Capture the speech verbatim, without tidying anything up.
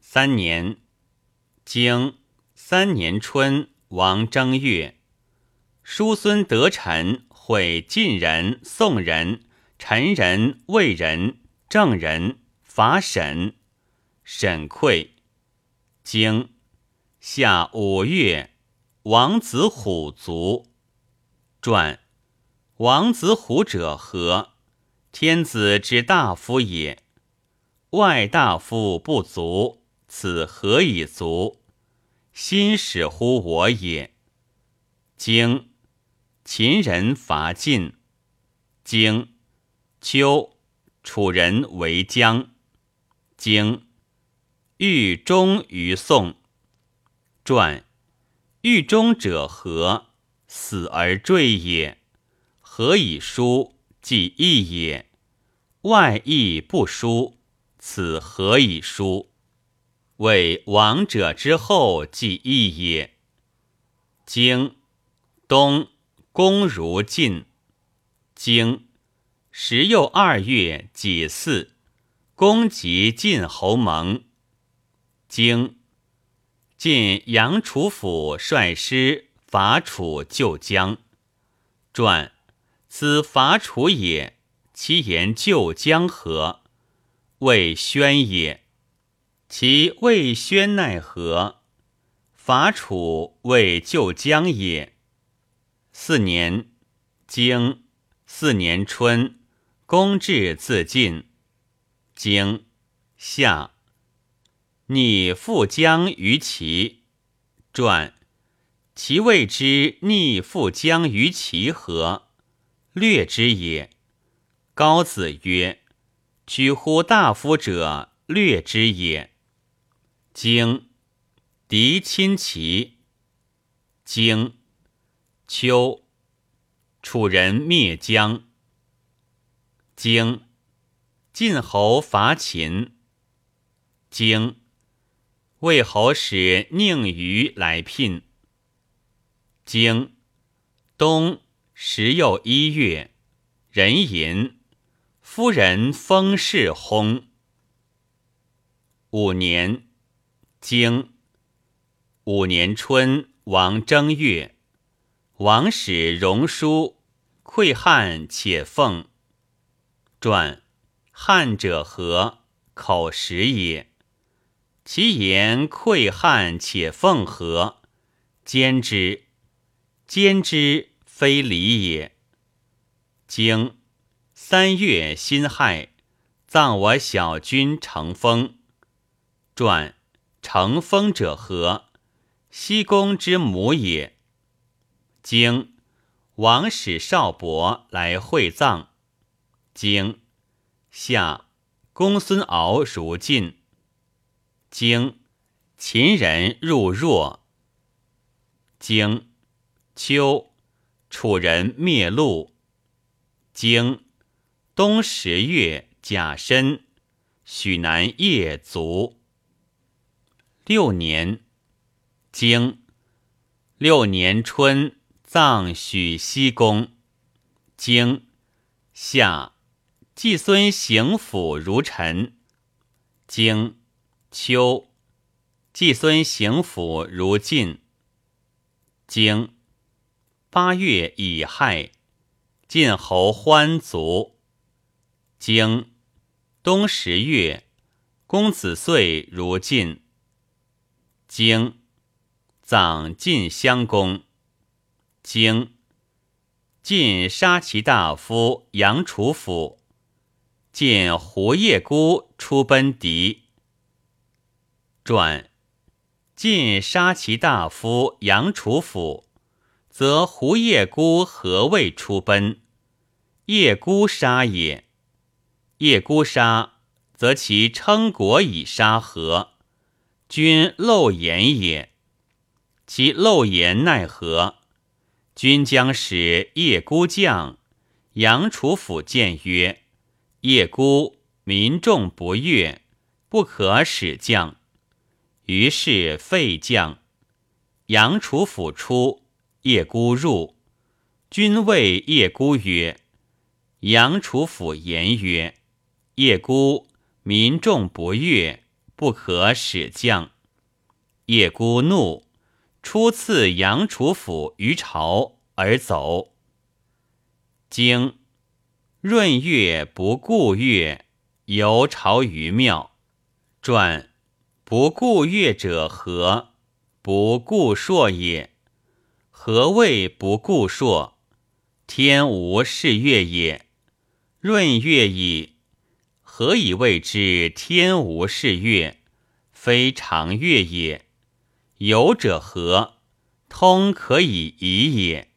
三年，经三年春，王正月，叔孙得臣会晋人、宋人、陈人、魏人、郑人，伐沈。沈溃。经夏五月，王子虎卒。传。王子虎者何？天子之大夫也。外大夫不足，此何以足？心使乎我也。经秦人伐晋。经秋，楚人为姜。经豫中于宋。传。豫中者何？死而坠也。何以书？即义也。外义不书，此何以书？为亡者之后即义也。经冬，公如晋。经十又二月己巳，公即晋侯盟。经晋阳楚府率师伐楚救姜。传。此伐楚也，其言救姜何？谓宣也。其谓宣奈何？伐楚谓救姜也。四年，经四年春，公至自尽。经夏，逆复姜于齐。传。其谓之逆复姜于齐何？略之也。高子曰：取乎大夫者，略之也。经敌亲齐。经秋，楚人灭姜。经晋侯伐秦。经魏侯使宁于来聘。经冬十又一月，壬寅，夫人封氏薨。五年，经五年春，王正月，王使荣书，馈汉且奉。传。汉者何？口实也。其言馈汉且奉何？兼之。兼之非礼也。经三月辛亥，葬我小君成封。传。成封者何？西宫之母也。经王使少伯来会葬。经夏，公孙敖如晋。经秦人入若。经秋，楚人灭陆。经冬十月甲申，许南叶卒。六年，经六年春，葬许西公。经夏，季孙行府如陈。经秋，季孙行府如晋。经八月乙亥，晋侯欢卒。经冬十月，公子遂如晋。经葬晋襄公。经晋杀其大夫杨楚府。晋胡叶孤出奔狄。传。晋杀其大夫杨楚府，则胡叶孤何谓出奔？叶孤杀也。叶孤杀，则其称国以杀何？君漏言也。其漏言奈何？君将使叶孤将。杨楚府谏曰：叶孤民众不悦，不可使将。于是废将。杨楚府出，叶孤入。君谓叶孤曰：杨楚府言曰：叶孤民众不悦， 不可使降。叶孤怒，初次杨楚府于朝而走。经闰月不顾月，游朝于庙。传不顾月者何？不顾朔也。何谓不顾朔？天无是月也。闰月矣，何以谓之天无是月？非常月也。有者何？通可以移也。